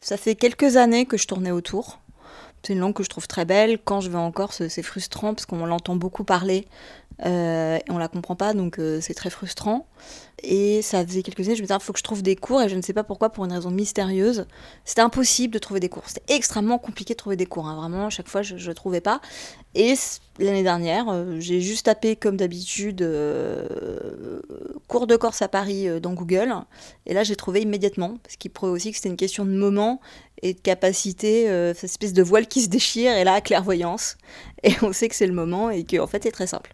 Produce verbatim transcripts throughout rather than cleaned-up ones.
Ça fait quelques années que je tournais autour. C'est une langue que je trouve très belle. Quand je vais en Corse, c'est frustrant parce qu'on l'entend beaucoup parler euh, et on la comprend pas, donc euh, c'est très frustrant. Et ça faisait quelques années, je me disais, il faut que je trouve des cours, et je ne sais pas pourquoi, pour une raison mystérieuse. C'était impossible de trouver des cours. C'était extrêmement compliqué de trouver des cours, hein. Vraiment, à chaque fois, je ne trouvais pas. Et l'année dernière, euh, j'ai juste tapé, comme d'habitude, euh, cours de Corse à Paris euh, dans Google. Et là, j'ai trouvé immédiatement, parce qu'il prouvait aussi que c'était une question de moment et de capacité, euh, cette espèce de voile qui se déchire, et là, clairvoyance. Et on sait que c'est le moment et qu'en fait, c'est très simple.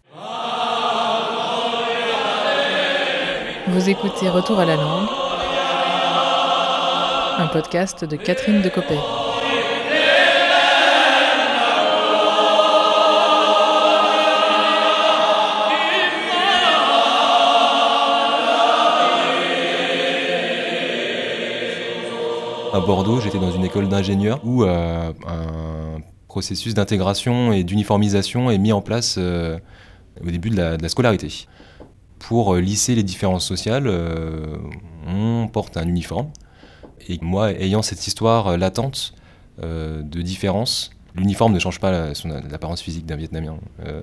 Vous écoutez Retour à la langue, un podcast de Catherine Decopé. À Bordeaux, j'étais dans une école d'ingénieurs où euh, un processus d'intégration et d'uniformisation est mis en place euh, au début de la, de la scolarité. Pour lisser les différences sociales, euh, on porte un uniforme. Et moi, ayant cette histoire latente euh, de différence, l'uniforme ne change pas la, son, l'apparence physique d'un Vietnamien. Euh,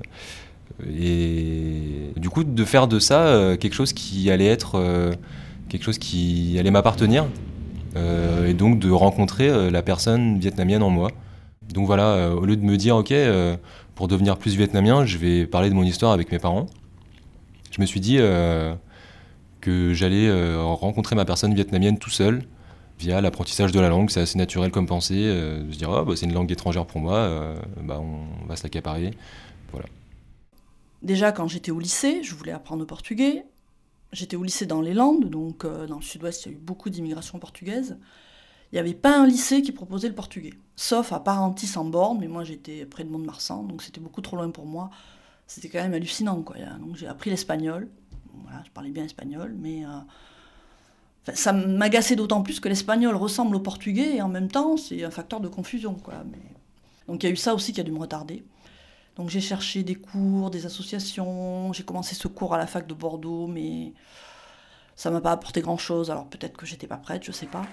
et du coup, de faire de ça euh, quelque chose qui allait être euh, quelque chose qui allait m'appartenir, euh, et donc de rencontrer euh, la personne vietnamienne en moi. Donc voilà, euh, au lieu de me dire, ok, euh, pour devenir plus vietnamien, je vais parler de mon histoire avec mes parents. Je me suis dit euh, que j'allais euh, rencontrer ma personne vietnamienne tout seul, via l'apprentissage de la langue. C'est assez naturel comme pensée, euh, de se dire oh, bah, c'est une langue étrangère pour moi, euh, bah, on va se l'accaparer. Voilà. Déjà, quand j'étais au lycée, je voulais apprendre le portugais. J'étais au lycée dans les Landes, donc euh, dans le sud-ouest, il y a eu beaucoup d'immigration portugaise. Il n'y avait pas un lycée qui proposait le portugais, sauf à Parentis en Borne, mais moi j'étais près de Mont-de-Marsan, donc c'était beaucoup trop loin pour moi. C'était quand même hallucinant, quoi. Donc j'ai appris l'espagnol. Voilà, je parlais bien espagnol, mais euh, enfin, ça m'agaçait d'autant plus que l'espagnol ressemble au portugais et en même temps, c'est un facteur de confusion, quoi. Mais... Donc il y a eu ça aussi qui a dû me retarder. Donc j'ai cherché des cours, des associations. J'ai commencé ce cours à la fac de Bordeaux, mais ça ne m'a pas apporté grand-chose. Alors peut-être que j'étais pas prête, je sais pas.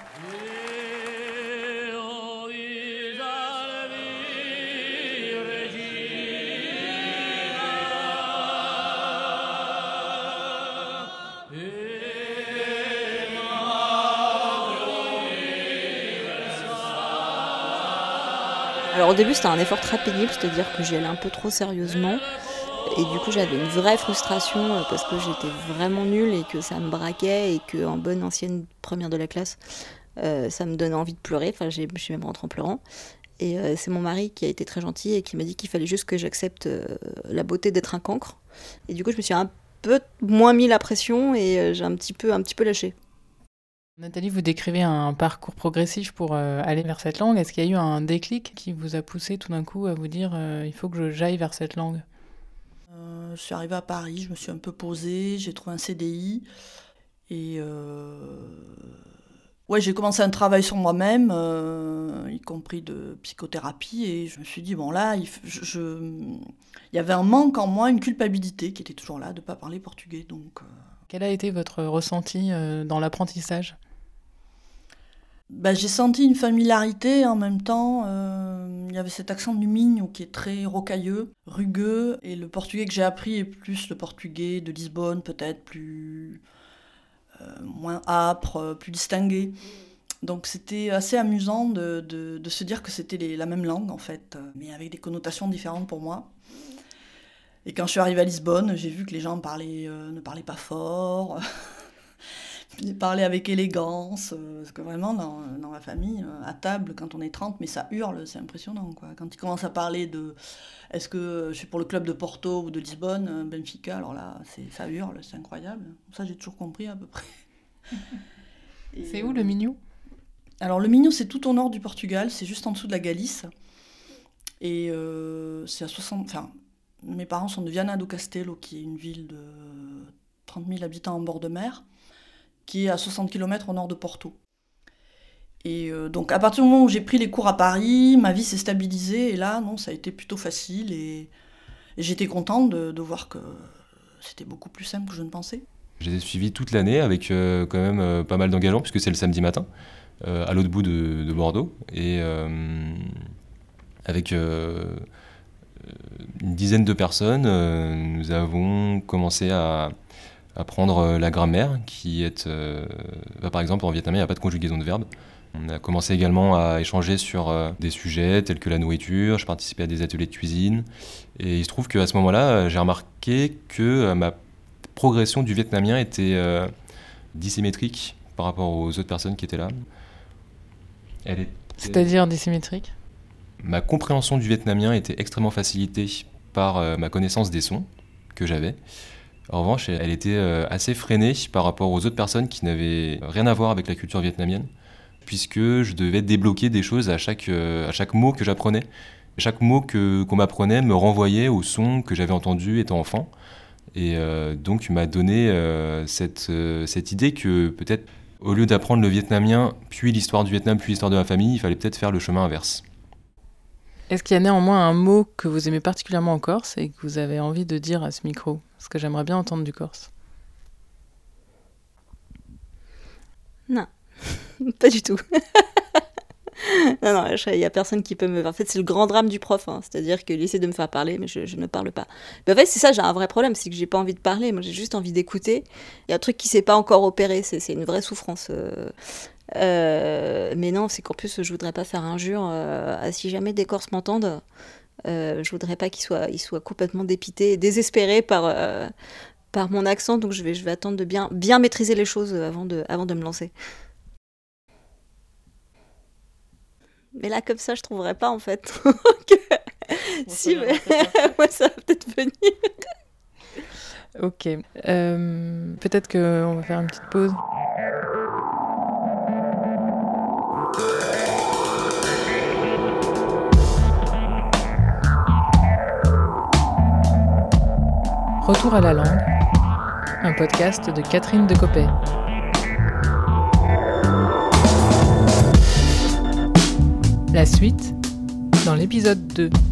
Alors au début c'était un effort très pénible, c'est-à-dire que j'y allais un peu trop sérieusement et du coup j'avais une vraie frustration parce que j'étais vraiment nulle et que ça me braquait et qu'en bonne ancienne première de la classe euh, ça me donnait envie de pleurer, enfin j'ai, je suis même rentrée en pleurant et euh, c'est mon mari qui a été très gentil et qui m'a dit qu'il fallait juste que j'accepte euh, la beauté d'être un cancre et du coup je me suis un peu moins mis la pression et euh, j'ai un petit peu, un petit peu lâché. Nathalie, vous décrivez un parcours progressif pour euh, aller vers cette langue. Est-ce qu'il y a eu un déclic qui vous a poussé tout d'un coup à vous dire euh, il faut que j'aille vers cette langue ? euh, Je suis arrivée à Paris, je me suis un peu posée, j'ai trouvé un C D I et euh... ouais, j'ai commencé un travail sur moi-même, euh, y compris de psychothérapie, et je me suis dit bon là, il, f... je... Je... il y avait un manque en moi, une culpabilité qui était toujours là de ne pas parler portugais. Donc, euh... quel a été votre ressenti euh, dans l'apprentissage ? Ben, j'ai senti une familiarité en même temps. Euh, il y avait cet accent du Minho qui est très rocailleux, rugueux, et le portugais que j'ai appris est plus le portugais de Lisbonne, peut-être plus euh, moins âpre, plus distingué. Donc c'était assez amusant de, de, de se dire que c'était les, la même langue en fait, mais avec des connotations différentes pour moi. Et quand je suis arrivée à Lisbonne, j'ai vu que les gens parlaient, euh, ne parlaient pas fort. Ils parlaient avec élégance, parce que vraiment, dans, dans ma famille, à table, quand on est trente, mais ça hurle, c'est impressionnant, quoi. Quand ils commencent à parler de « est-ce que je suis pour le club de Porto ou de Lisbonne, Benfica ?» Alors là, c'est, ça hurle, c'est incroyable. Ça, j'ai toujours compris, à peu près. Et c'est où, le Minho ? Alors, le Minho, c'est tout au nord du Portugal, c'est juste en dessous de la Galice. Et euh, c'est à soixante... Enfin, mes parents sont de Viana do Castelo, qui est une ville de trente mille habitants en bord de mer, qui est à soixante kilomètres au nord de Porto. Et euh, donc, à partir du moment où j'ai pris les cours à Paris, ma vie s'est stabilisée, et là, non, ça a été plutôt facile, et, et j'étais contente de, de voir que c'était beaucoup plus simple que je ne pensais. J'ai suivi toute l'année avec euh, quand même euh, pas mal d'engagement, puisque c'est le samedi matin. euh, à l'autre bout de, de Bordeaux. Et euh, avec euh, une dizaine de personnes, euh, nous avons commencé à apprendre la grammaire, qui est, euh, bah, par exemple, en vietnamien, il n'y a pas de conjugaison de verbe. On a commencé également à échanger sur euh, des sujets tels que la nourriture. Je participais à des ateliers de cuisine. Et il se trouve qu'à ce moment-là, j'ai remarqué que euh, ma progression du vietnamien était euh, dissymétrique par rapport aux autres personnes qui étaient là. Elle était... C'est-à-dire dissymétrique ? Ma compréhension du vietnamien était extrêmement facilitée par euh, ma connaissance des sons que j'avais. En revanche, elle était euh, assez freinée par rapport aux autres personnes qui n'avaient rien à voir avec la culture vietnamienne, puisque je devais débloquer des choses à chaque, euh, à chaque mot que j'apprenais. Chaque mot que, qu'on m'apprenait me renvoyait au son que j'avais entendu étant enfant. Et euh, donc, m'a donné euh, cette, euh, cette idée que peut-être, au lieu d'apprendre le vietnamien, puis l'histoire du Vietnam, puis l'histoire de ma famille, il fallait peut-être faire le chemin inverse. Est-ce qu'il y a néanmoins un mot que vous aimez particulièrement en Corse et que vous avez envie de dire à ce micro ? Parce que j'aimerais bien entendre du corse. Non, pas du tout. non, non, il n'y a personne qui peut me... En fait, c'est le grand drame du prof, hein. C'est-à-dire qu'il essaie de me faire parler, mais je, je ne parle pas. Mais en fait, c'est ça, j'ai un vrai problème, c'est que j'ai pas envie de parler, moi j'ai juste envie d'écouter. Il y a un truc qui ne s'est pas encore opéré, c'est, c'est une vraie souffrance. Euh... Euh, mais non, c'est qu'en plus, je voudrais pas faire injure euh, à si jamais des Corses m'entendent. Euh, je voudrais pas qu'ils soient, ils soient complètement dépités et désespérés par, euh, par mon accent, donc je vais, je vais attendre de bien, bien maîtriser les choses avant de, avant de me lancer. Mais là, comme ça, je trouverais pas, en fait. si, mais moi, ça va peut-être venir. Ok. Euh, peut-être qu'on va faire une petite pause. Retour à la langue, un podcast de Catherine Decopé. La suite, dans l'épisode deux.